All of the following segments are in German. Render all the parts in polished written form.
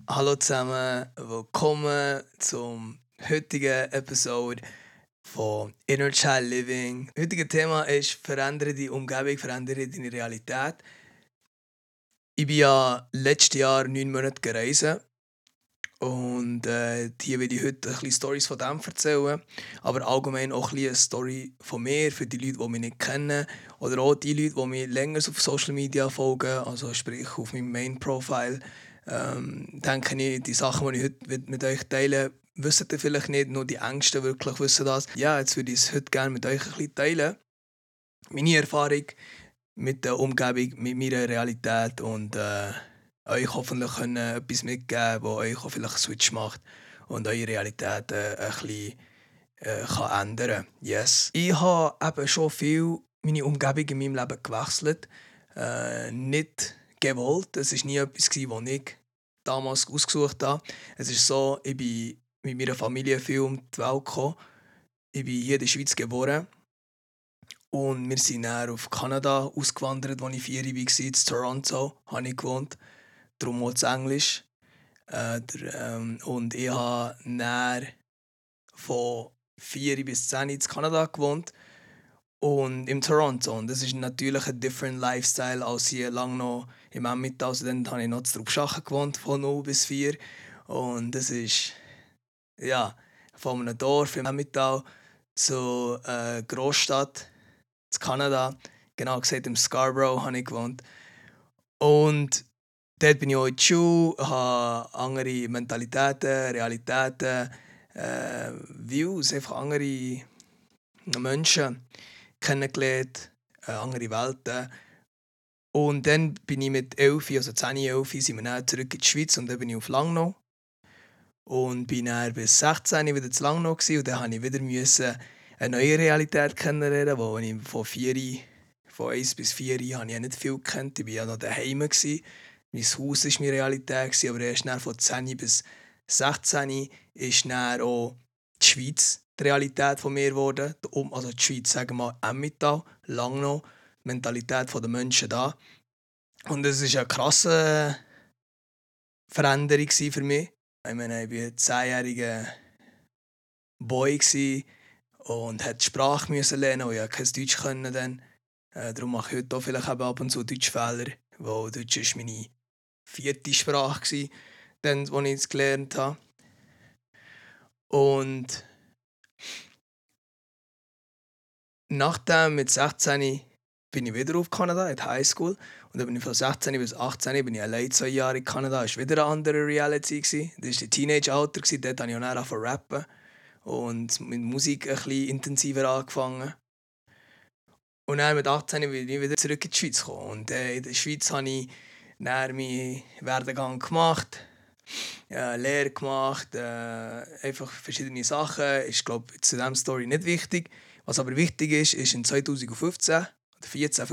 Hallo zusammen, willkommen zum heutigen Episode von Inner Child Living. Das heutige Thema ist «Verändere die Umgebung, verändere deine Realität». Ich bin ja letztes Jahr 9 Monate gereist und hier will ich heute ein bisschen Storys von dem erzählen, aber allgemein auch ein bisschen eine Story von mir für die Leute, die mich nicht kennen oder auch die Leute, die mich länger auf Social Media folgen, also sprich auf meinem Main-Profile. Denke ich, die Sachen, die ich heute mit euch teile, wissen ihr vielleicht nicht, nur die Ängsten wirklich wissen das. Ja, jetzt würde ich es heute gerne mit euch ein bisschen teilen. Meine Erfahrung mit der Umgebung, mit meiner Realität und euch hoffentlich können etwas mitgeben, das euch auch vielleicht einen Switch macht und eure Realität ein bisschen kann ändern. Yes. Ich habe eben schon viel meine Umgebung in meinem Leben gewechselt. Nicht gewollt. Es war nie etwas, was ich damals ausgesucht habe. Es ist so, ich bin mit meiner Familie viel um die Welt gekommen. Ich bin hier in der Schweiz geboren. Und wir sind dann auf Kanada ausgewandert, als ich 4 war. In Toronto habe ich gewohnt. Darum auch das Englisch. Und ich habe dann von 4 bis 10 in Kanada gewohnt. Und in Toronto. Und das ist natürlich ein different Lifestyle als hier lang noch im Emmental. Also dann habe ich noch zu Trubschachen gewohnt, von 0 bis 4. Und das ist, ja, von einem Dorf im Emmental zur Großstadt in Kanada. Genau gesagt, im Scarborough habe ich gewohnt. Und dort bin ich auch in die Schule, habe andere Mentalitäten, Realitäten, Views, einfach andere Menschen kennengelernt, andere Welten. Und dann bin ich mit 11, also 10, 11, sind wir dann zurück in die Schweiz und dann bin ich auf Langnau. Und bin dann bis 16 wieder zu Langnau gewesen, und dann musste ich wieder eine neue Realität kennenlernen, wo ich von 1 bis 4 habe ich nicht viel gekannt. Ich war ja noch daheim. Mein Haus war meine Realität, aber erst dann von 10 bis 16 ist dann auch die Schweiz die Realität von mir geworden. Also die Schweiz, sagen wir mal, Emmental, Langnau, die Mentalität der Menschen da. Und es war eine krasse Veränderung für mich. Ich meine, ich war ein 10-jähriger Boy und musste die Sprache lernen, weil ich kein Deutsch konnte dann. Darum mache ich heute auch vielleicht ab und zu Deutschfehler, weil Deutsch war meine 4. Sprache, dann, als ich es gelernt habe. Und nachdem, mit 16, bin ich wieder auf Kanada, in die Highschool. Und dann bin ich von 16 bis 18 bin ich allein 2 Jahre in Kanada. Das war wieder eine andere Reality. Das war das Teenage-Alter, dort habe ich auch dann angefangen zu rappen. Und mit Musik ein bisschen intensiver angefangen. Und dann mit 18 bin ich wieder zurück in die Schweiz gekommen. Und in der Schweiz habe ich dann meinen Werdegang gemacht, Lehre gemacht, einfach verschiedene Sachen. Ist, glaube ich, zu dieser Story nicht wichtig. Was aber wichtig ist, ist in 2015 oder 14,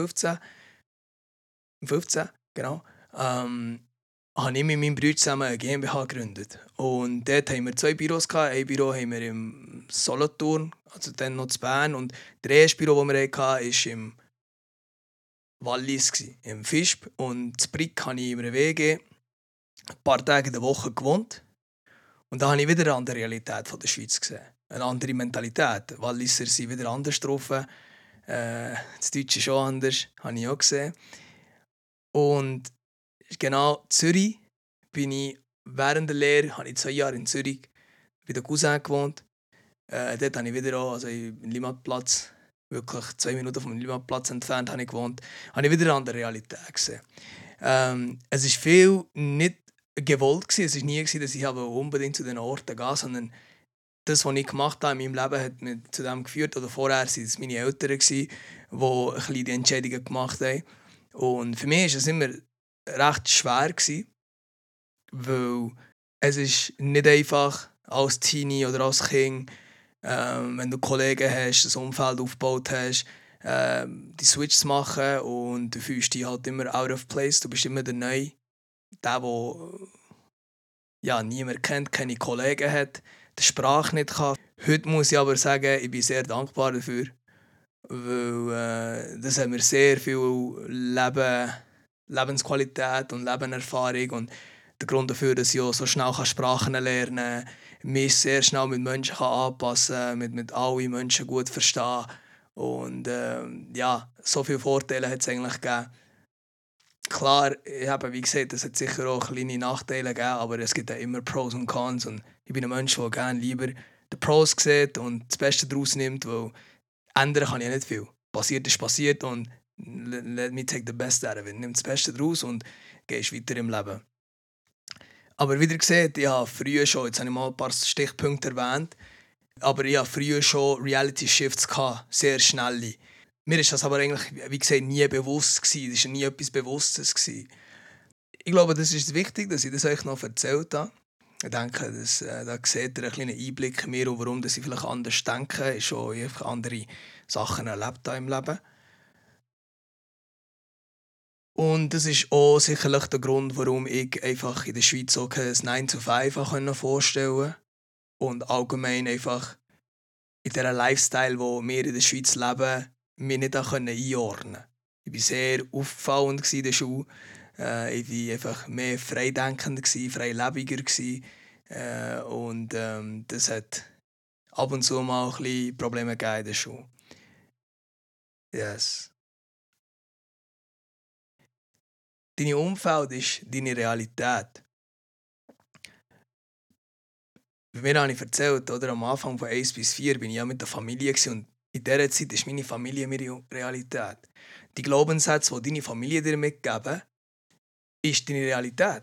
15, genau, habe ich mit meinem Bruder zusammen eine GmbH gegründet. Und dort haben wir 2 Büros gehabt. Ein Büro haben wir im Solothurn, also dann noch in Bern. Und das erste Büro, das wir hatten, war im Wallis, im Fischb. Und in Brick habe ich in einer WG ein paar Tage in der Woche gewohnt. Und da habe ich wieder eine andere Realität von der Schweiz gesehen. Eine andere Mentalität. Walliser sind wieder anders drauf. Das Deutsche ist auch anders, habe ich auch gesehen. Und genau, Zürich bin ich während der Lehre, habe ich 2 Jahre in Zürich bei den Cousin gewohnt. Dort habe ich wieder auch, also im Limmatplatz, wirklich 2 Minuten vom Limmatplatz entfernt habe ich gewohnt, habe ich wieder eine andere Realität gesehen. Es war viel nicht gewollt gewesen. Es war nie gewesen, dass ich unbedingt zu diesen Orten gehe, sondern das, was ich gemacht habe in meinem Leben, hat mich zu dem geführt. Oder vorher waren es meine Eltern, die ein bisschen die Entscheidungen gemacht haben. Und für mich war es immer recht schwer gewesen, weil es ist nicht einfach als Teenie oder als Kind, wenn du Kollegen hast, ein Umfeld aufgebaut hast, die Switch zu machen und du fühlst dich halt immer out of place. Du bist immer der Neue, der ja, niemand kennt, keine Kollegen hat, die Sprache nicht kann. Heute muss ich aber sagen, ich bin sehr dankbar dafür, weil das hat mir sehr viel Lebensqualität und Lebenserfahrung und der Grund dafür, dass ich auch so schnell Sprachen lernen kann, mich sehr schnell mit Menschen anpassen kann, mit allen Menschen gut verstehen. Und ja, so viele Vorteile hat es eigentlich gegeben. Klar, wie gesagt, es hat sicher auch kleine Nachteile gegeben, aber es gibt ja immer Pros und Cons. Und ich bin ein Mensch, der gerne lieber die Pros sieht und das Beste daraus nimmt, weil ändern kann ich nicht viel. Passiert ist passiert und let me take the best out of it. Nimm das Beste daraus und gehst weiter im Leben. Aber wieder gesehen, ich habe früher schon, jetzt habe ich mal ein paar Stichpunkte erwähnt, aber ich hatte früher schon Reality-Shifts gehabt, sehr schnelle. Mir ist das aber eigentlich, wie gesagt, nie bewusst gewesen. Das war nie etwas Bewusstes gewesen. Ich glaube, das ist wichtig, dass ich das euch noch erzählt habe. Ich denke, da seht ihr einen kleinen Einblick in mir und warum dass ich vielleicht anders denke. Ich habe schon andere Sachen erlebt im Leben. Und das ist auch sicherlich der Grund, warum ich einfach in der Schweiz auch kein 9 to 5 vorstellen konnte. Und allgemein einfach in diesem Lifestyle, wo wir in der Schweiz leben, mich nicht einordnen konnte. Ich war sehr auffallend in der Schule. Ich war einfach mehr freidenkender, freilebiger. Und das hat ab und zu mal ein bisschen Probleme gegeben in der Schule. Yes. Dein Umfeld ist deine Realität. Mir habe ich erzählt, oder, am Anfang von 1 bis 4 bin ich ja mit der Familie und in dieser Zeit ist meine Familie meine Realität. Die Glaubenssätze, die deine Familie dir mitgeben, ist deine Realität.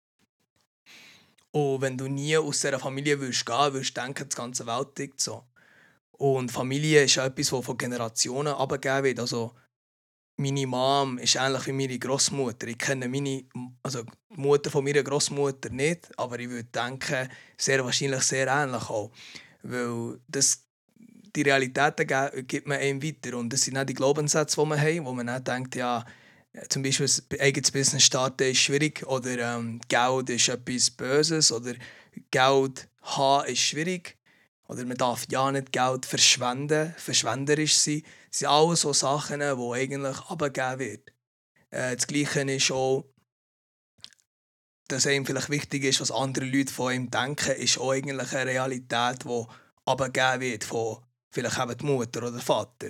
Und wenn du nie aus dieser Familie gehen würdest du denken, die ganze Welt tickt so. Und Familie ist etwas, das von Generationen abgegeben wird. Also, meine Mom ist ähnlich wie meine Großmutter. Ich kenne die Mutter von meiner Großmutter nicht, aber ich würde denken, sehr wahrscheinlich sehr ähnlich auch. Weil die Realitäten gibt man einem weiter. Und das sind auch die Glaubenssätze, die man hat, wo man dann denkt, ja, zum Beispiel ein eigenes Business starten ist schwierig oder Geld ist etwas Böses oder Geld haben ist schwierig oder man darf ja nicht Geld verschwenden, verschwenderisch sein. Das sind alles so Sachen, die eigentlich abgegeben werden. Das Gleiche ist auch, dass einem vielleicht wichtig ist, was andere Leute von ihm denken, ist auch eigentlich eine Realität, die abgegeben wird von vielleicht eben die Mutter oder der Vater.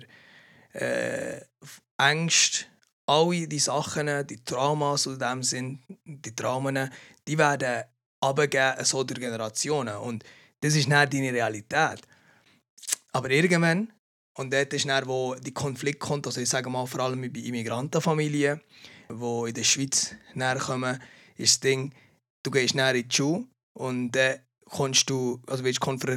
Ängste, alle die Sachen, die Traumas in dem Sinn, die Traumen, die werden abgegeben so durch Generationen. Und das ist nicht deine Realität. Aber irgendwann, und dort ist dann, wo die Konflikt kommt, also ich sage mal vor allem bei Immigrantenfamilien, die in der Schweiz kommen, ist das Ding, du gehst näher in die Schule und dann wirst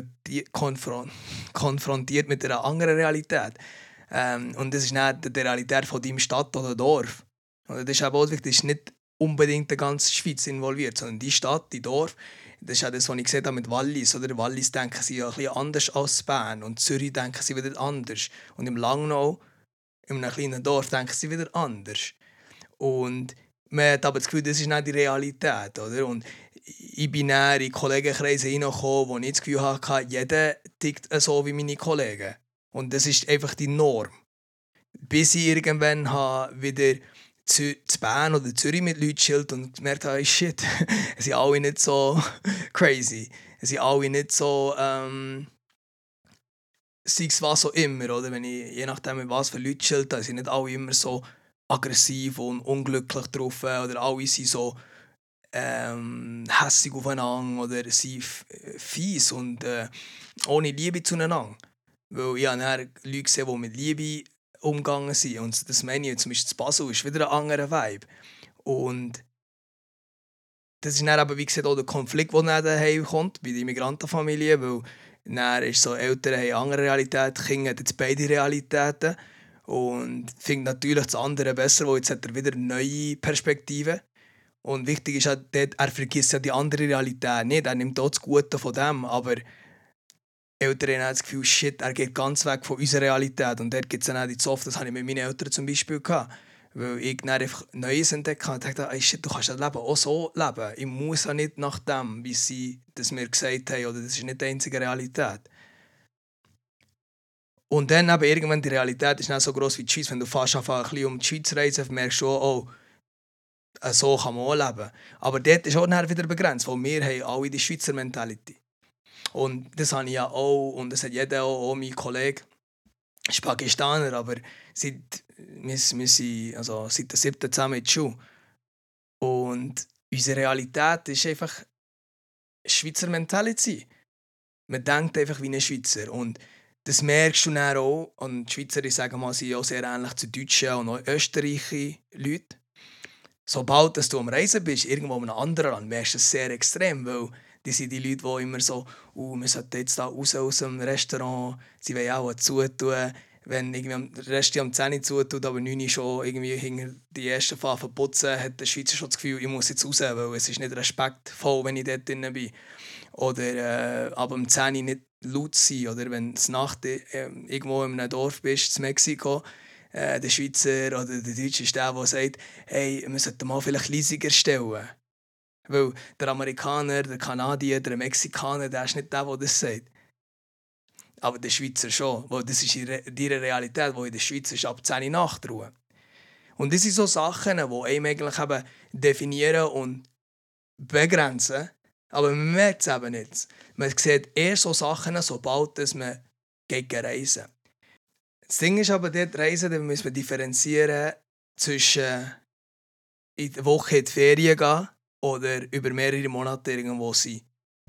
konfrontiert mit einer anderen Realität. Und das ist nicht die Realität von deinem Stadt oder Dorf. Und das ist auch wichtig, das ist nicht unbedingt die ganze Schweiz involviert, sondern die Stadt, die Dorf. Das ist auch das, was ich gesehen habe mit Wallis. Oder Wallis denken sie ja ein bisschen anders als Bern und Zürich denken sie wieder anders. Und im Langnau, in einem kleinen Dorf, denken sie wieder anders. Und man hat aber das Gefühl, das ist nicht die Realität. Oder? Und ich bin näher in Kollegenkreise hineingekommen, wo ich das Gefühl hatte, jeder tickt so wie meine Kollegen. Und das ist einfach die Norm. Bis ich irgendwann wieder zu Bern oder Zürich mit Leuten chillt und gemerkt habe, shit, es sind alle nicht so crazy. Es sind alle nicht so, sei es was auch immer, oder? Wenn ich, je nachdem, mit was für Leute chillt, sind nicht alle immer so aggressiv und unglücklich drauf oder alle sind so hässig aufeinander oder sind fies und ohne Liebe zueinander. Weil ich habe dann Leute gesehen, die mit Liebe umgegangen sind. Und das meine ich, zum Beispiel in Basel ist wieder ein anderer Vibe. Und das ist dann aber, wie gesagt, auch der Konflikt, der dann daheim kommt, bei der Immigrantenfamilie, weil dann ist so, Eltern haben eine andere Realität, Kinder haben jetzt beide Realitäten und findet natürlich das andere besser, weil jetzt hat er wieder neue Perspektiven. Und wichtig ist auch, er vergisst ja die andere Realität nicht, er nimmt auch das Gute von dem, aber Eltern haben das Gefühl, shit, er geht ganz weg von unserer Realität. Und dort gibt es dann auch die Zoff, das hatte ich mit meinen Eltern zum Beispiel gehabt. Weil ich dann einfach Neues entdeckt habe und dachte, hey, shit, du kannst das Leben auch so leben. Ich muss auch nicht nach dem, wie sie das mir gesagt haben, oder das ist nicht die einzige Realität. Und dann eben irgendwann die Realität ist nicht so gross wie die Schweiz. Wenn du fast ein bisschen um die Schweiz reist, merkst du auch, oh, So kann man auch leben. Aber dort ist auch nachher wieder begrenzt, weil wir haben alle die Schweizer Mentality. Und das habe ich ja auch, und das hat jeder auch mein Kollege, ist Pakistaner, aber wir sind also seit der 7. zusammen in der Schule. Und unsere Realität ist einfach Schweizer Mentality. Man denkt einfach wie ein Schweizer. Und das merkst du dann auch. Und die Schweizer, ich sage mal, sind auch sehr ähnlich zu Deutschen und auch österreichischen Leuten. Sobald du am Reisen bist, irgendwo in einem anderen Land, merkst du es sehr extrem, weil die sind die Leute, die immer so, wir sollten jetzt da raus aus dem Restaurant, sie wollen auch zutun. Wenn irgendwie der Rest am 10 Uhr zutut, aber 9 Uhr schon irgendwie hinter die ersten Pfaffen putzen, hat der Schweizer schon das Gefühl, ich muss jetzt raus, weil es ist nicht respektvoll, wenn ich dort drin bin. Oder ab um 10 Uhr nicht laut sein. Oder wenn du Nacht irgendwo in einem Dorf bist, in Mexiko, der Schweizer oder der Deutsche ist der sagt, hey, wir sollten mal vielleicht leisiger stellen. Weil der Amerikaner, der Kanadier, der Mexikaner, der ist nicht der das sagt. Aber der Schweizer schon, weil das ist ihre Realität, wo in der Schweiz ist ab 10 Uhr Nachtruhe. Und das sind so Sachen, die einem eigentlich eben definieren und begrenzen. Aber man merkt es eben nicht. Man sieht eher so Sachen, sobald man reisen. Das Ding ist aber, dort Reisen, da müssen wir differenzieren zwischen in der Woche in die Ferien gehen oder über mehrere Monate irgendwo sein.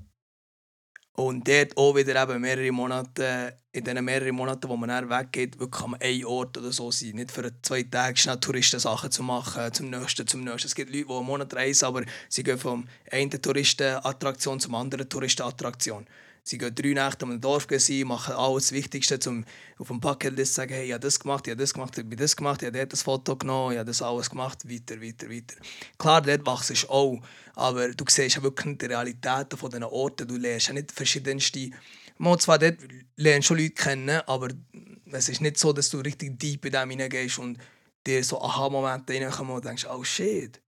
Und dort auch wieder eben mehrere Monate, in diesen mehreren Monaten, wo man dann weggeht, wirklich an einem Ort oder so sein. Nicht für 2 Tage schnell Touristensachen zu machen, zum nächsten. Es gibt Leute, die einen Monat reisen, aber sie gehen von einer Touristenattraktion zum anderen Touristenattraktion. Sie gehen 3 Nächte in einem Dorf sein, machen alles Wichtigste, um auf dem Bucketlist zu sagen, hey, ich habe das gemacht, ich habe das gemacht, ich habe das gemacht, ich habe dort das Foto genommen, ich habe das alles gemacht, weiter. Klar, dort wachst du auch, aber du siehst ja wirklich nicht die Realitäten von diesen Orten, du lernst ja nicht verschiedenste... Mal zwar dort lernst du schon Leute kennen, aber es ist nicht so, dass du richtig deep in dem hineingehst und dir so Aha-Momente reinkommen und denkst, oh shit.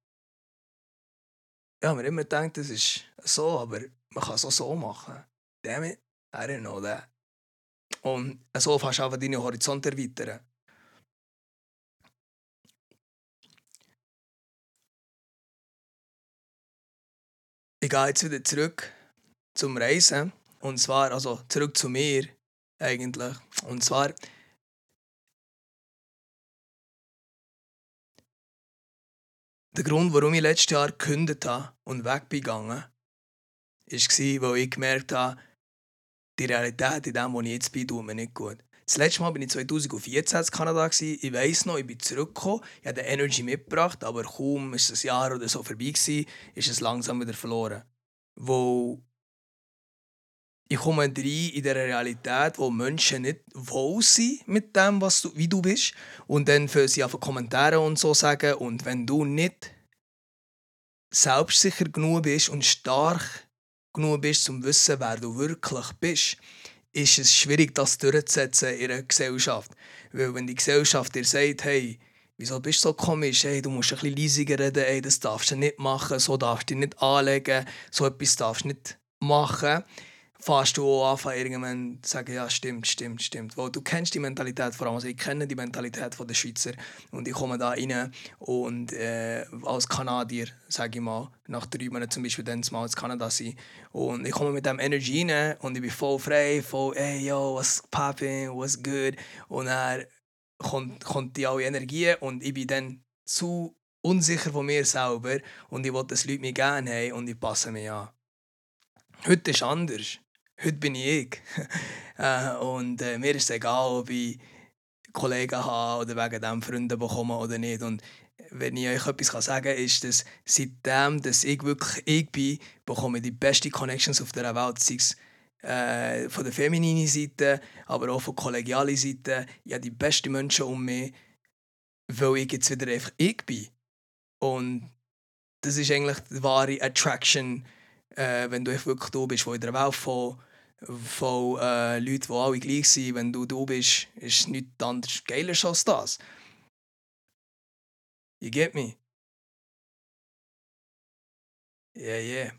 Ja, man immer denkt, das ist so, aber man kann es auch so machen. Damn it, I didn't know that. Und so kannst du einfach deinen Horizont erweitern. Ich gehe jetzt wieder zurück zum Reisen. Und zwar, also zurück zu mir eigentlich. Und zwar, der Grund, warum ich letztes Jahr gekündigt habe und weg bin gegangen, war, weil ich gemerkt habe, die Realität in dem, wo ich jetzt bin, tut mir nicht gut. Das letzte Mal war ich 2014 in Kanada. Ich weiss noch, ich bin zurückgekommen, ich habe die Energy mitgebracht, aber kaum ist ein Jahr oder so vorbei gewesen, ist es langsam wieder verloren. Wo ich komme rein in dieser Realität, wo Menschen nicht wohl sind mit dem, wie du bist. Und dann für sie einfach Kommentare und so sagen. Und wenn du nicht selbstsicher genug bist und stark genug bist, um zu wissen, wer du wirklich bist, ist es schwierig, das durchzusetzen in einer Gesellschaft. Weil wenn die Gesellschaft dir sagt, hey, wieso bist du so komisch, hey, du musst ein bisschen leiser reden, hey, das darfst du nicht machen, so darfst du dich nicht anlegen, so etwas darfst du nicht machen, fährst du auch anfangen, irgendwann zu sagen, ja, stimmt. Weil du kennst die Mentalität, vor allem, also ich kenne die Mentalität der Schweizer und ich komme da rein und als Kanadier, sage ich mal, nach 3 Monaten zum Beispiel dann mal in Kanada sein und ich komme mit dem Energy rein und ich bin voll frei, voll, hey, yo, what's poppin', what's good und dann kommt die alle Energie und ich bin dann zu unsicher von mir selber und ich will, dass Leute mich gerne haben und ich passe mich an. Heute ist es anders. Heute bin ich. Mir ist es egal, ob ich Kollegen habe oder wegen dem Freunde bekomme oder nicht. Und wenn ich euch etwas sagen kann, ist, dass seitdem, dass ich wirklich ich bin, bekomme ich die besten Connections auf der Welt. Sei es von der femininen Seite, aber auch von der kollegialen Seite. Ich habe die besten Menschen um mich, weil ich jetzt wieder einfach ich bin. Und das ist eigentlich die wahre Attraction, wenn du wirklich du bist, wo in der Welt von Leuten, die alle gleich sind, wenn du bist, ist nichts anderes geiler als das. You get me? Yeah.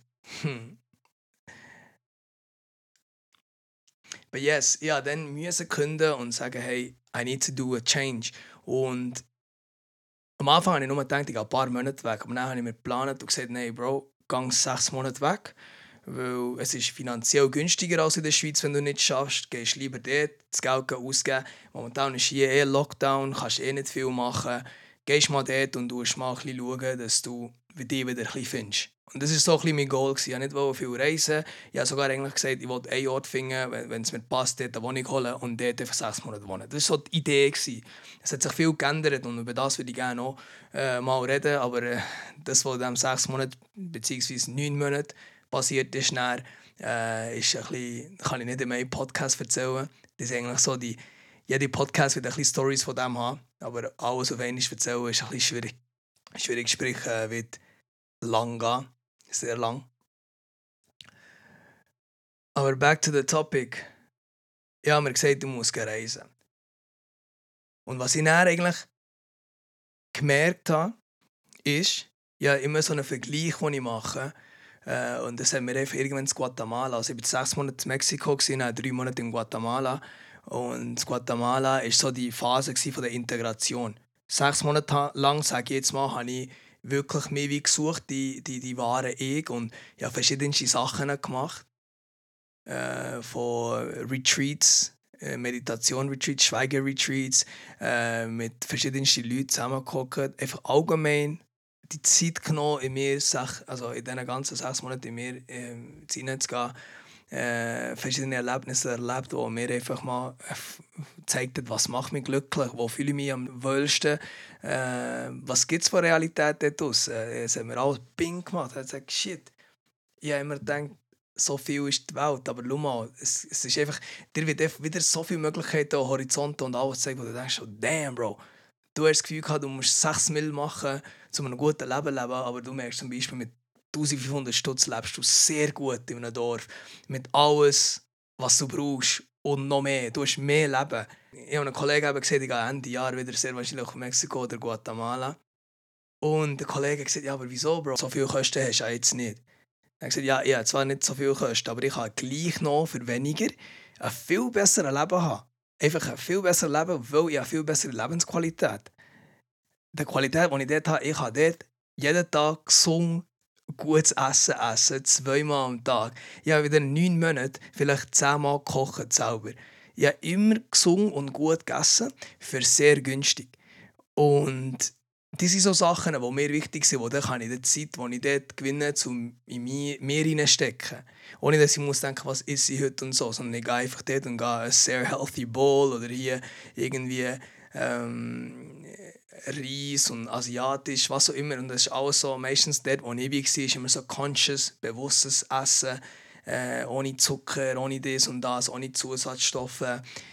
But yes, ja, dann müssen künden und sagen, hey, I need to do a change. Und am Anfang habe ich nur gedacht, ich gehe ein paar Monate weg. Aber dann habe ich mir geplant und gesagt, nein, Bro, geh 6 Monate weg. Weil es ist finanziell günstiger als in der Schweiz, wenn du nicht schaffst. Gehst lieber dort, das Geld ausgeben. Momentan ist hier Lockdown, kannst nicht viel machen. Gehst mal dort und schaust mal ein bisschen schauen, dass du dich wieder ein bisschen findest. Und das war so ein bisschen mein Goal. Ich wollte nicht viel reisen. Ich habe sogar eigentlich gesagt, ich wollte einen Ort finden, wenn es mir passt, dort eine Wohnung holen und dort einfach 6 Monate wohnen. Das war so die Idee. Es hat sich viel geändert und über das würde ich gerne noch mal reden. Aber das, was in diesen 6 Monaten bzw. 9 Monaten passiert ist, dann, ist ein bisschen, kann ich nicht in meinem Podcast erzählen. Das ist eigentlich so jeder Podcast wird ein bisschen Storys von dem haben, aber alles auf einmal erzählen ist ein bisschen schwierig. Schwierig, sprich, wird lang gehen, sehr lang. Aber back to the topic. Ich habe mir gesagt, ich muss reisen. Und was ich dann eigentlich gemerkt habe, ist, ja immer so einen Vergleich, den ich mache. Und das haben wir einfach irgendwann in Guatemala. Also ich war 6 Monate in Mexiko, dann 3 Monate in Guatemala. Und Guatemala war so die Phase von der Integration. 6 Monate lang, sage ich jetzt mal, habe ich wirklich mehr wie gesucht, die wahre Ich. Und ich habe verschiedenste Sachen gemacht. Von Retreats, Meditation-Retreats, Schweiger-Retreats, mit verschiedensten Leuten zusammengekommen. Einfach allgemein die Zeit genommen, in mir, also in diesen ganzen 6 Monaten in mir hineinzugehen, verschiedene Erlebnisse erlebt, die mir einfach mal gezeigt haben, was macht mich glücklich, wo fühle ich mich am wohlsten, was gibt es von Realität dort draussen. Es hat mir alles Bing gemacht. Ich habe gesagt, shit, ich habe immer gedacht, so viel ist die Welt, aber schau mal, es ist einfach, dir wird wieder so viele Möglichkeiten, Horizonte und alles zeigen, wo du denkst, oh, damn, Bro, du hast das Gefühl gehabt, du musst 6 Mil machen, um ein gutes Leben leben, aber du merkst zum Beispiel, mit 1500 Stutz lebst du sehr gut in einem Dorf, mit alles, was du brauchst und noch mehr, du hast mehr Leben. Ich habe einen Kollegen gesagt, ich gehe Ende Jahr wieder sehr wahrscheinlich nach Mexiko oder Guatemala. Und der Kollege hat gesagt, ja, aber wieso, Bro, so viele Kosten hast du jetzt nicht. Er hat gesagt, ja, ich habe zwar nicht so viel Kosten, aber ich kann gleich noch für weniger ein viel besseres Leben haben. Einfach ein viel besseres Leben, weil ich eine viel bessere Lebensqualität. Die Qualität, die ich dort habe, ich kann dort jeden Tag gesund, gutes Essen essen, 2-mal am Tag. Ich habe wieder 9 Monate vielleicht 10-mal gekocht selber. Ich habe immer gesund und gut gegessen, für sehr günstig. Und das sind so Sachen, die mir wichtig sind, wo dann kann ich die Zeit, die ich dort gewinne, in mir hineinstecken. Ohne dass ich muss denken, was esse ich heute und so, sondern ich gehe einfach dort und gehe ein sehr healthy Bowl oder hier irgendwie Reis und asiatisch, was auch immer. Und das ist alles so, meistens dort, wo ich war, ist immer so conscious, bewusstes Essen, ohne Zucker, ohne das und das, ohne Zusatzstoffe.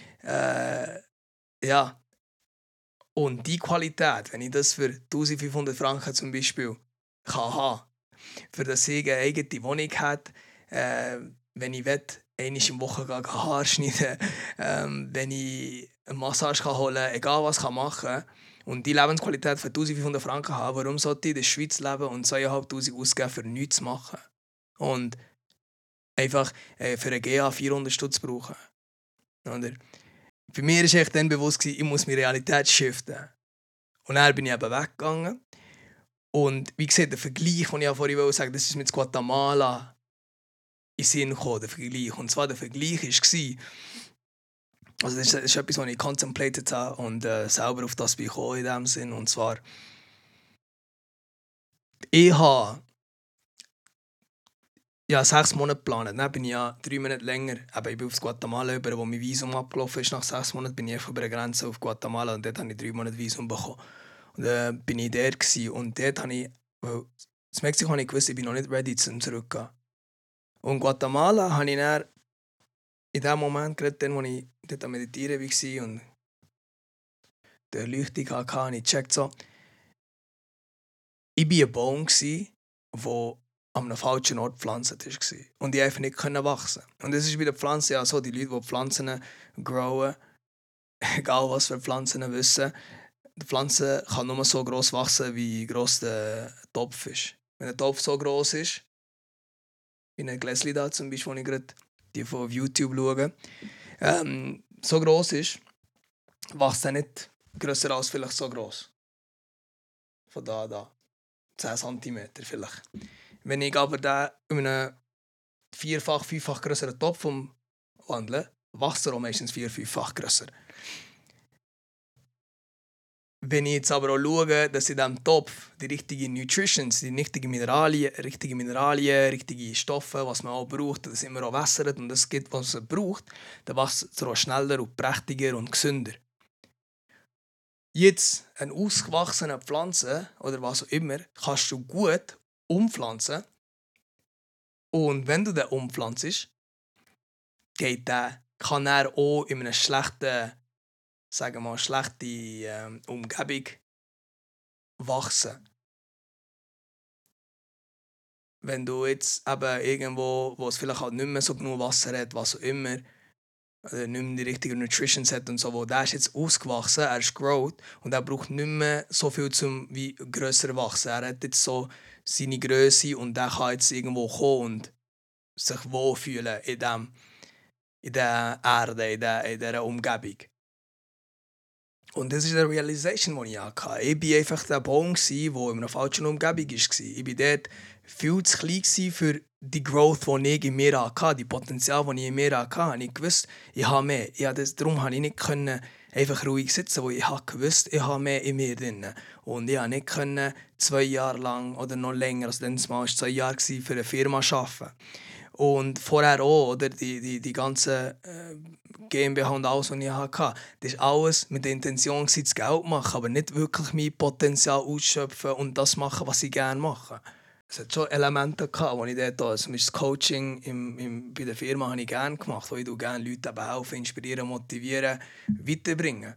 Ja. Und die Qualität, wenn ich das für 1500 Franken zum Beispiel kann haben, für das ich eine eigene Wohnung habe, wenn ich will, einmal in der Woche Haare schneiden, wenn ich eine Massage holen kann, egal was ich machen kann, und die Lebensqualität für 1500 Franken haben, warum sollte ich in der Schweiz leben und 2500 ausgeben, für nichts zu machen? Und einfach für eine GA 400 Stutz brauchen. Oder? Für mich war dann bewusst, ich muss meine Realität shiften. Und dann bin ich eben weggegangen. Und wie gesagt, der Vergleich, den ich vorhin sagen wollte, das ist mit Guatemala in den Sinn gekommen, der Vergleich. Und zwar der Vergleich war, also das ist etwas, was ich contemplated habe und selber auf das bin ich gekommen in dem Sinn. Und zwar, ich habe ja 6 Monate geplant. Dann bin ich ja 3 Monate länger, aber ich bin auf Guatemala über, wo mein Visum abgelaufen ist. Nach 6 Monaten bin ich einfach über die Grenze auf Guatemala und dort habe ich 3 Monate Visum bekommen. Und dann bin ich dort gewesen. Und dort habe ich, weil in Mexiko habe ich gewusst, ich bin noch nicht ready zum Zurückgehen. Und Guatemala habe ich dann in dem Moment, gerade dann, als ich dort am Meditieren war und die Erleuchtung hatte, habe ich gecheckt, so, ich war ein Baum, der an einem falschen Ort gepflanzt war. Und ich einfach nicht wachsen. Und das ist bei den Pflanzen ja so, die Leute, die Pflanzen growen, egal was für Pflanzen wissen, die Pflanze kann nur so gross wachsen, wie gross der Topf ist. Wenn ein Topf so gross ist, wie ein Gläschen da zum Beispiel, wo ich gerade die von YouTube schaue, so gross ist, wächst er nicht grösser als vielleicht so gross. Von da. 10 cm vielleicht. Wenn ich aber den in einen 4-fach, 5-fach grösseren Topf umwandle, wächst er auch meistens 4-5-fach grösser. Wenn ich jetzt aber auch schaue, dass in diesem Topf die richtigen Nutritions, die richtigen Mineralien, richtige Stoffe, was man auch braucht, dass immer auch wässert und das gibt, was es braucht, dann wächst er auch schneller und prächtiger und gesünder. Jetzt eine ausgewachsene Pflanze oder was auch immer kannst du gut umpflanzen. Und wenn du den umpflanzt, kann er auch in einer schlechten Umgebung wachsen. Wenn du jetzt eben irgendwo, wo es vielleicht halt nicht mehr so genug Wasser hat, was auch immer, oder nicht mehr die richtigen Nutritions hat und so, wo der ist jetzt ausgewachsen, er ist growth und er braucht nicht mehr so viel zum wie grösser wachsen. Er hat jetzt so seine Größe und der kann jetzt irgendwo kommen und sich wohlfühlen in der Erde, in dieser Umgebung. Und das ist eine Realisation, die ich hatte. Ich war einfach der Baum, der in einer falschen Umgebung war. Ich war dort viel zu klein für die Growth, die ich in mir hatte, die Potenzial, die ich in mir hatte. Ich wusste, ich habe mehr. Darum konnte ich nicht einfach ruhig sitzen, weil ich wusste, ich habe mehr in mir drin. Und ich konnte nicht 2 Jahre lang oder noch länger, also dann war es 2 Jahre, für eine Firma arbeiten. Und vorher auch, oder? Die ganzen GmbH und alles, was ich hatte, das war alles mit der Intention, das Geld zu machen, aber nicht wirklich mein Potenzial ausschöpfen und das machen, was ich gerne mache. Es hat schon Elemente gehabt, die ich dort auch, also das Coaching bei der Firma habe ich gerne gemacht, wo ich gerne Leute helfen, inspirieren, motivieren, weiterbringen.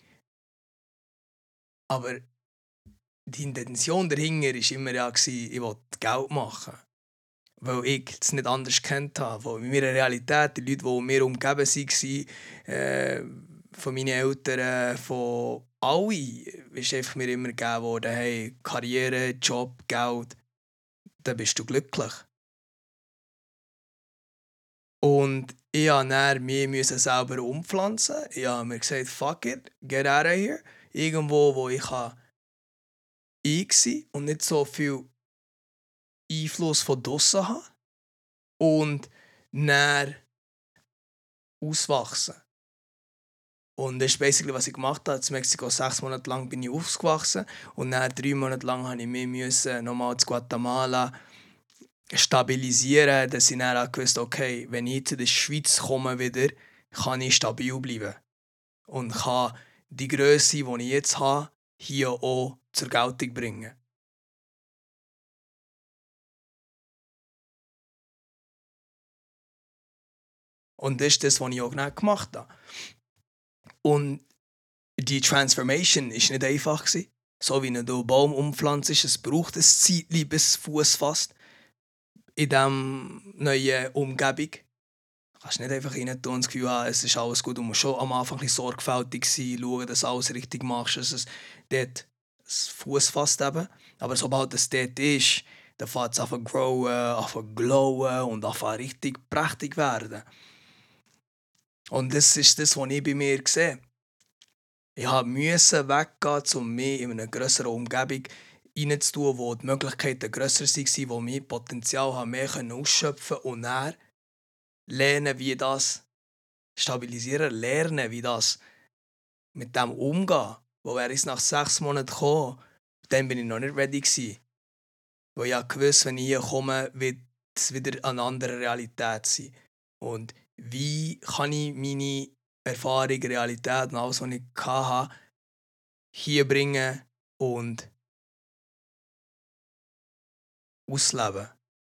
Aber die Intention dahinter war immer ich wollte Geld machen. Weil ich es nicht anders kennt habe. Weil in meiner Realität, die Leute, die mir umgeben waren, von meinen Eltern, von allen, ist einfach mir immer gegeben worden, hey, Karriere, Job, Geld, dann bist du glücklich. Und ich musste mich selber umpflanzen. Ich habe mir gesagt, fuck it, get out of here. Irgendwo, wo ich sein kann und nicht so viel Einfluss von draussen habe. Und dann auswachsen. Und das ist basically, was ich gemacht habe. In Mexiko 6 Monate lang bin ich aufgewachsen und dann 3 Monate lang musste ich mich nochmal zu Guatemala stabilisieren, dass ich dann gewusst okay, wenn ich zu der Schweiz komme wieder, kann ich stabil bleiben. Und kann die Grösse, die ich jetzt habe, hier auch zur Geltung bringen. Und das ist das, was ich auch genau gemacht habe. Und die Transformation war nicht einfach. So wie ein Baum umpflanzt, es braucht ein Zeitchen, bis Fuß fasst in dieser neuen Umgebung. Du kannst nicht einfach rein tun und das Gefühl haben, es ist alles gut. Du musst schon am Anfang ein bisschen sorgfältig sein, schauen, dass du alles richtig machst, dass es dort Fuß fasst. Aber sobald es dort ist, dann fängt es an zu growen, an zu glowen und an richtig prächtig werden. Und das ist das, was ich bei mir sehe. Ich musste weggehen, um mich in einer grösseren Umgebung reinzutun, wo die Möglichkeiten grösser waren, wo mein Potenzial mehr ausschöpfen konnte und dann lernen, wie das stabilisieren, lernen, wie das mit dem umgehen. Wo wäre ich nach 6 Monaten gekommen, dann bin ich noch nicht ready gewesen. Weil ich wusste, wenn ich hier komme, wird es wieder eine andere Realität sein. Und wie kann ich meine Erfahrung, Realität und alles, was ich hatte, hier bringen und ausleben.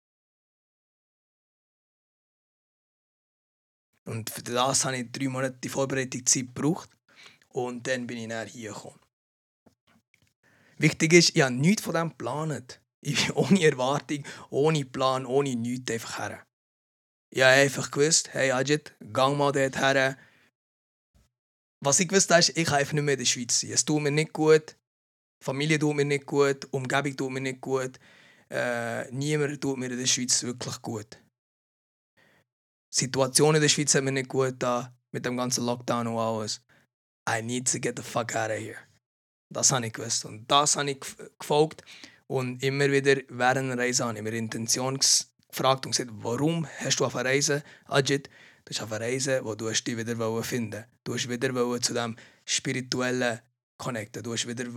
Und für das habe ich 3 Monate die Vorbereitungszeit gebraucht und dann bin ich dann hier gekommen. Wichtig ist, ich habe nichts von dem geplant. Ich bin ohne Erwartung, ohne Plan, ohne nichts einfach her. Ich habe einfach gewusst, hey Ajit, gang mal dort her. Was ich gewusst habe, ist, ich kann einfach nicht mehr in der Schweiz sein. Es tut mir nicht gut, die Familie tut mir nicht gut, die Umgebung tut mir nicht gut. Niemand tut mir in der Schweiz wirklich gut. Die Situation in der Schweiz hat mir nicht gut getan, mit dem ganzen Lockdown und alles. I need to get the fuck out of here. Das habe ich gewusst. Und das habe ich gefolgt. Und immer wieder während einer Reise habe ich mir Intention gefragt und gesagt, warum hast du auf eine Reise, Ajit? Du hast auf eine Reise, wo du dich wieder finden wolltest. Du hast wieder zu dem spirituellen connecten. Du hast wieder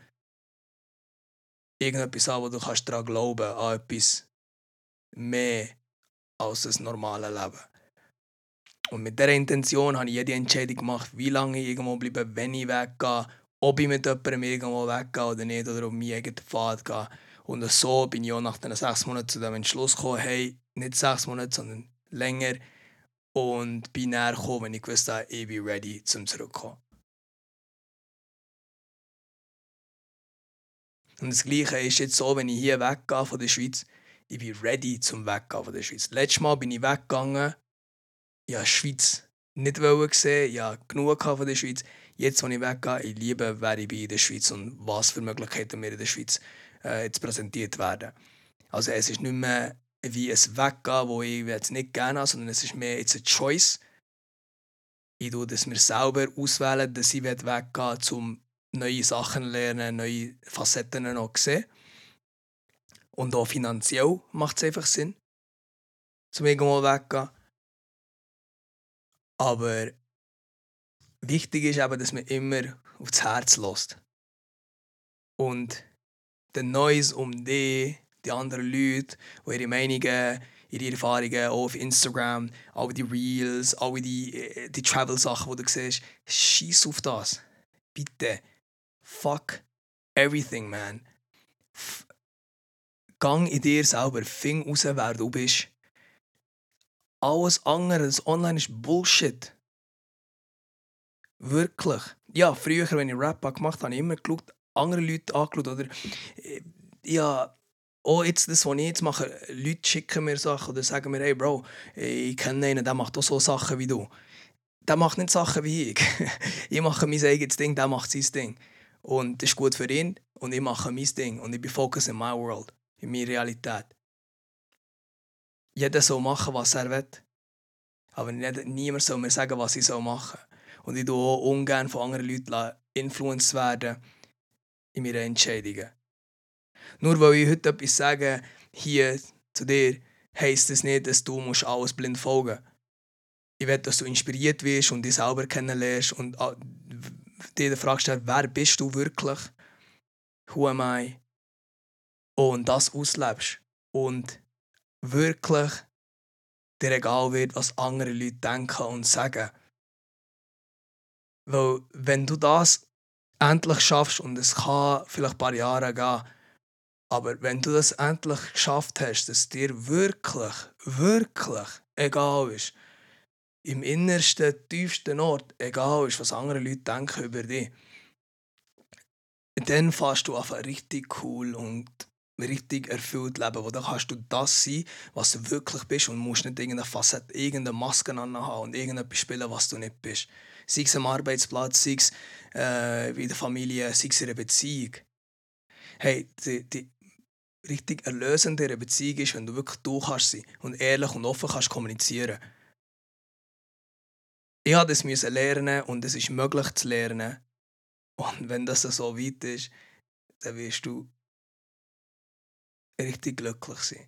irgendetwas haben, wo du daran glauben kannst, an etwas mehr als das normale Leben. Und mit dieser Intention habe ich jede Entscheidung gemacht, wie lange ich irgendwo bleibe, wenn ich weggehe, ob ich mit jemandem irgendwo weggehe oder nicht, oder auf meinen eigenen Pfad gehe. Und so bin ich auch nach den 6 Monaten zu dem Entschluss gekommen, hey, nicht 6 Monate, sondern länger. Und bin näher gekommen, wenn ich wusste, ich bin ready, zum zurückzukommen. Und das Gleiche ist jetzt so, wenn ich hier weggehe von der Schweiz, ich bin ready zum Weggehen von der Schweiz. Letztes Mal bin ich weggegangen, ich wollte die Schweiz nicht sehen, ich hatte genug von der Schweiz. Jetzt, wo ich weggehe, ich liebe, wer ich bin in der Schweiz und was für Möglichkeiten mir in der Schweiz jetzt präsentiert werden. Also es ist nicht mehr wie ein Weggehen, das ich jetzt nicht gerne habe, sondern es ist mehr jetzt eine Choice. Ich tue das mir selber auswählen, dass ich weggehen will, um neue Sachen zu lernen, neue Facetten noch zu sehen. Und auch finanziell macht es einfach Sinn, zum irgendwo weggehen. Aber wichtig ist eben, dass man immer aufs Herz lässt. Und der Noise um die anderen Leute, die ihre Meinungen, ihre Erfahrungen auch auf Instagram, all die Reels, all die Travel-Sachen, die du siehst, scheiß auf das. Bitte. Fuck everything, man. Gang in dir selber, fing raus, wer du bist. Alles andere, das online ist Bullshit. Wirklich. Ja, früher, wenn ich Rap gemacht habe, habe ich immer geschaut, andere Leute angeschaut. Oder ja, auch jetzt, das, was ich jetzt mache, Leute schicken mir Sachen oder sagen mir, hey Bro, ich kenne einen, der macht auch so Sachen wie du. Der macht nicht Sachen wie ich. Ich mache mein eigenes Ding, der macht sein Ding. Und das ist gut für ihn und ich mache mein Ding. Und ich bin focused in my world, in meiner Realität. Jeder soll machen, was er will. Aber niemand soll mir sagen, was ich machen soll. Und ich tue auch ungern von anderen Leuten influenced werden in meinen Entscheidungen. Nur weil ich heute etwas sage, hier zu dir, heisst es nicht, dass du alles blind folgen musst. Ich will, dass du inspiriert wirst und dich selber kennenlernst und dir die Frage stellst, wer bist du wirklich? Who am I? Und das auslebst. Und wirklich dir egal wird, was andere Leute denken und sagen. Weil wenn du das endlich schaffst, und es kann vielleicht ein paar Jahre gehen, aber wenn du das endlich geschafft hast, dass dir wirklich, wirklich egal ist, im innersten, tiefsten Ort egal ist, was andere Leute denken über dich, dann fährst du einfach richtig cool und richtig erfüllt leben, wo dann kannst du das sein, was du wirklich bist und musst nicht irgendeine Facette, irgendeine Maske anhaben und irgendetwas spielen, was du nicht bist. Sei es am Arbeitsplatz, sei es in der Familie, sei es in einer Beziehung. Hey, die richtig erlösende in einer Beziehung ist, wenn du wirklich du kannst sein und ehrlich und offen kannst kommunizieren. Ich musste das lernen und es ist möglich zu lernen. Und wenn das so weit ist, dann wirst du richtig glücklich sein.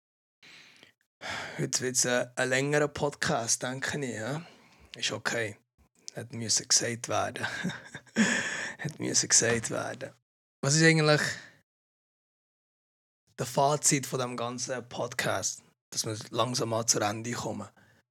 Heute wird es ein längerer Podcast, denke ich. Ja? Ist okay. Musste gesagt werden. Musste gesagt werden. Was ist eigentlich der Fazit von dem ganzen Podcast? Dass wir langsam mal zu Ende kommen.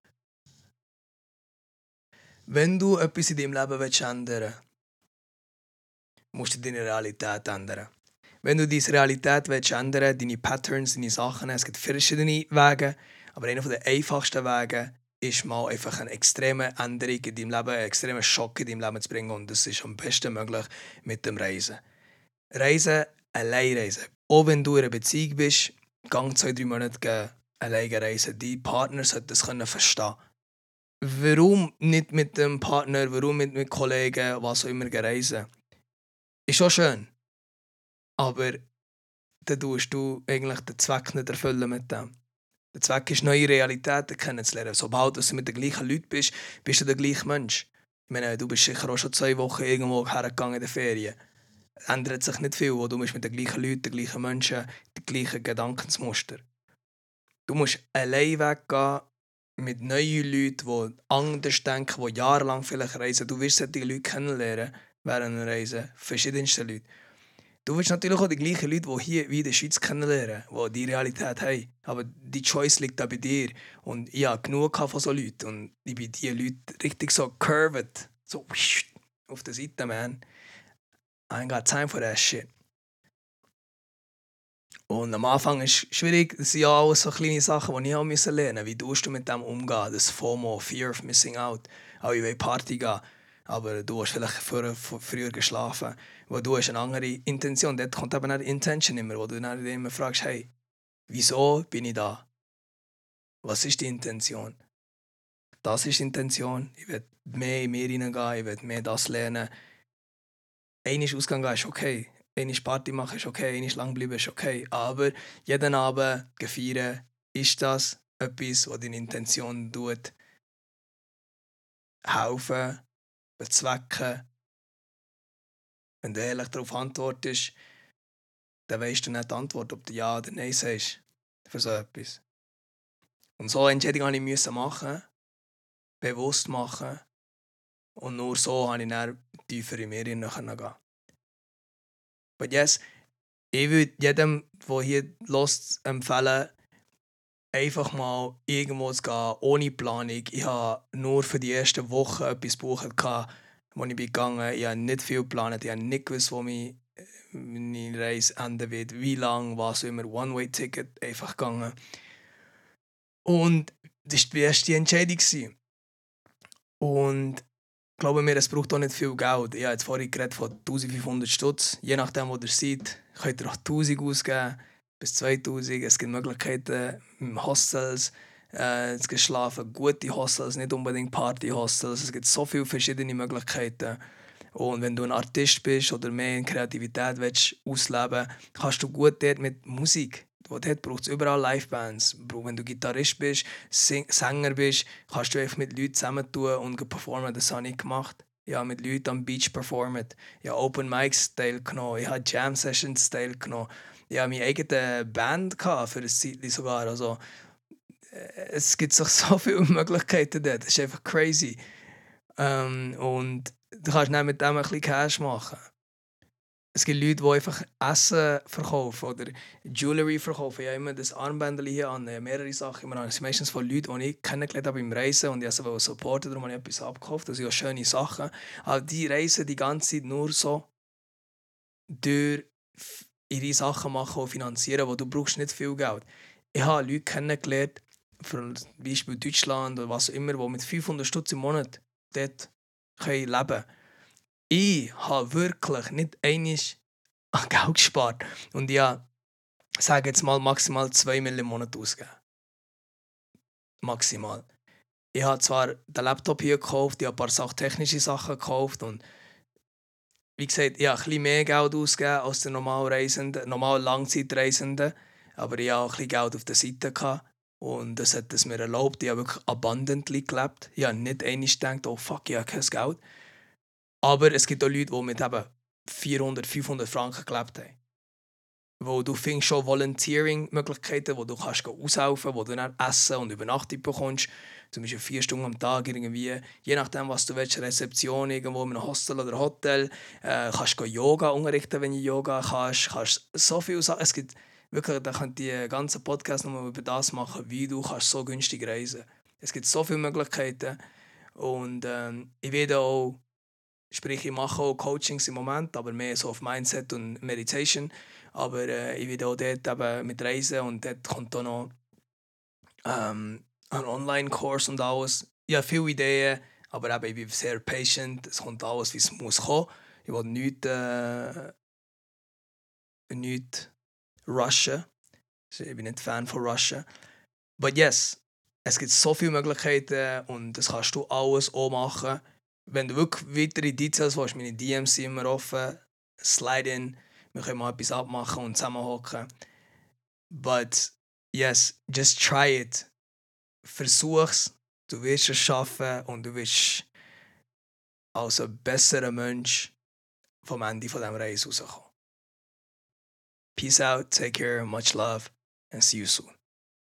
Wenn du etwas in deinem Leben ändern willst, musst du deine Realität ändern. Wenn du deine Realität ändern willst, deine Patterns, deine Sachen, es gibt verschiedene Wege, aber einer der einfachsten Wege ist mal einfach eine extreme Änderung in deinem Leben, einen extremen Schock in deinem Leben zu bringen und das ist am besten möglich mit dem Reisen. Reisen, allein reisen. Auch wenn du in einer Beziehung bist, gang 2-3 Monate alleine reisen. Dein Partner sollte das verstehen. Warum nicht mit dem Partner, warum nicht mit Kollegen, was auch immer reisen? Ist schon schön. Aber dann tust du eigentlich den Zweck nicht erfüllen mit dem. Der Zweck ist, neue Realitäten kennenzulernen. Sobald du mit den gleichen Leuten bist, bist du der gleiche Mensch. Ich meine, du bist sicher auch schon 2 Wochen irgendwo hergegangen in den Ferien. ändert sich nicht viel, wo du bist mit den gleichen Leuten, den gleichen Menschen, den gleichen Gedankensmuster. Du musst allein weggehen mit neuen Leuten, die anders denken, die jahrelang vielleicht reisen. Du wirst solche Leute kennenlernen während einer Reise, verschiedenste Leute. Du willst natürlich auch die gleichen Leute, die hier wie in der Schweiz kennenlernen, die die Realität haben. Aber die Choice liegt auch bei dir. Und ich hatte genug von solchen Leuten. Und ich bin diese Leute richtig so curved. So auf der Seite, man. I ain't got time for that shit. Und am Anfang ist es schwierig, das sind ja alles so kleine Sachen, die ich auch lernen musste. Wie tust du mit dem umgehen? Das FOMO, Fear of Missing Out. Alle wollen Party gehen, aber du hast vielleicht früher geschlafen. Weil du hast eine andere Intention. Dort kommt eben eine Intention immer, wo du dann immer fragst, hey, wieso bin ich da? Was ist die Intention? Das ist die Intention. Ich will mehr in mir hineingehen, ich will mehr das lernen. Einmal ausgehen ist okay. Einmal Party machen ist okay, einmal lang bleiben ist okay. Aber jeden Abend feiern, ist das etwas, was deine Intention tut, helfen, bezwecken. Wenn du ehrlich darauf antwortest, dann weisst du nicht die Antwort, ob du Ja oder Nein sagst für so etwas. Und so eine Entscheidung musste ich machen, bewusst machen. Und nur so konnte ich dann tiefer in mir hineingehen. Aber yes, ich würde jedem, der hier hört, empfehlen, einfach mal irgendwo zu gehen, ohne Planung. Ich habe nur für die ersten Wochen etwas gebucht, wo ich gegangen bin. Ich habe nicht viel geplant, ich habe nicht gewusst, wo meine Reise enden wird, wie lange, was immer. One-Way-Ticket, einfach gegangen. Und das war die beste Entscheidung. Und ich glaube mir, es braucht auch nicht viel Geld. Ich habe jetzt vorhin geredet von 1500 Stutz. Je nachdem, wo ihr seid, könnt ihr auch 1000 ausgeben, bis 2000. Es gibt Möglichkeiten im Hostels zu schlafen. Gute Hostels, nicht unbedingt Party-Hostels. Es gibt so viele verschiedene Möglichkeiten. Und wenn du ein Artist bist oder mehr in Kreativität willst ausleben, kannst du gut dort mit Musik. Dort braucht es überall Livebands. Wenn du Gitarrist bist, Sänger bist, kannst du einfach mit Leuten zusammentun und performen. Das habe ich gemacht. Ich habe mit Leuten am Beach performt. Ich habe Open Mics teilgenommen. Ich habe Jam Sessions teilgenommen. Ich hatte meine eigene Band für ein Zeitchen sogar. Also, es gibt so viele Möglichkeiten dort. Das ist einfach crazy. Und du kannst dann mit dem ein bisschen Cash machen. Es gibt Leute, die einfach Essen verkaufen oder Jewelry verkaufen. Ich habe immer das Armbändchen hier an, mehrere Sachen immer an. Das sind meistens von Leuten, die ich kennengelernt habe beim Reisen und ich wollte supporten, darum habe ich etwas abgekauft. Das sind ja schöne Sachen. Aber die reisen die ganze Zeit nur so durch ihre Sachen machen und finanzieren, wo du brauchst nicht viel Geld. Ich habe Leute kennengelernt, zum Beispiel Deutschland oder was auch immer, die mit 500 Stutz im Monat dort leben können. Ich habe wirklich nicht einmal an Geld gespart. Und ich habe, sage jetzt mal, maximal 2 Millionen im Monat ausgegeben. Maximal. Ich habe zwar den Laptop hier gekauft, ich habe ein paar technische Sachen gekauft und wie gesagt, ich habe ein bisschen mehr Geld ausgegeben als der normal Langzeitreisende. Aber ich hatte auch ein bisschen Geld auf der Seite gehabt. Und das hat es mir erlaubt. Ich habe wirklich abundantly gelebt. Ich habe nicht einmal gedacht, oh fuck, ich habe kein Geld. Aber es gibt auch Leute, die mit eben 400, 500 Franken gelebt haben. Wo du findest schon Volunteering-Möglichkeiten, wo du kannst aushelfen, wo du dann Essen und Übernachtung bekommst. Zum Beispiel 4 Stunden am Tag irgendwie. Je nachdem, was du willst, Rezeption irgendwo in einem Hostel oder Hotel. Kannst du Yoga unterrichten, wenn du Yoga kannst so viele Sachen. Es gibt wirklich, da könnt ihr die ganzen Podcast nochmal über das machen, wie du kannst so günstig reisen. Es gibt so viele Möglichkeiten. Und ich werde auch, sprich, ich mache auch Coachings im Moment, aber mehr so auf Mindset und Meditation. Aber ich will auch dort eben mit Reisen und dort kommt auch noch ein Online-Kurs und alles. Ich habe viele Ideen, aber eben, ich bin sehr patient. Es kommt alles, wie es muss kommen. Ich will nichts rushen. Ich bin nicht Fan von rushen. But yes, es gibt so viele Möglichkeiten und das kannst du alles auch machen. Wenn du wirklich weitere Details willst, meine DMs sind immer offen. Slide in. Wir können mal etwas abmachen und zusammenhocken. But yes, just try it. Versuch's. Du wirst es schaffen und du wirst als ein besserer Mensch vom Ende von diesem Reise rauskommen. Peace out, take care, much love, and see you soon.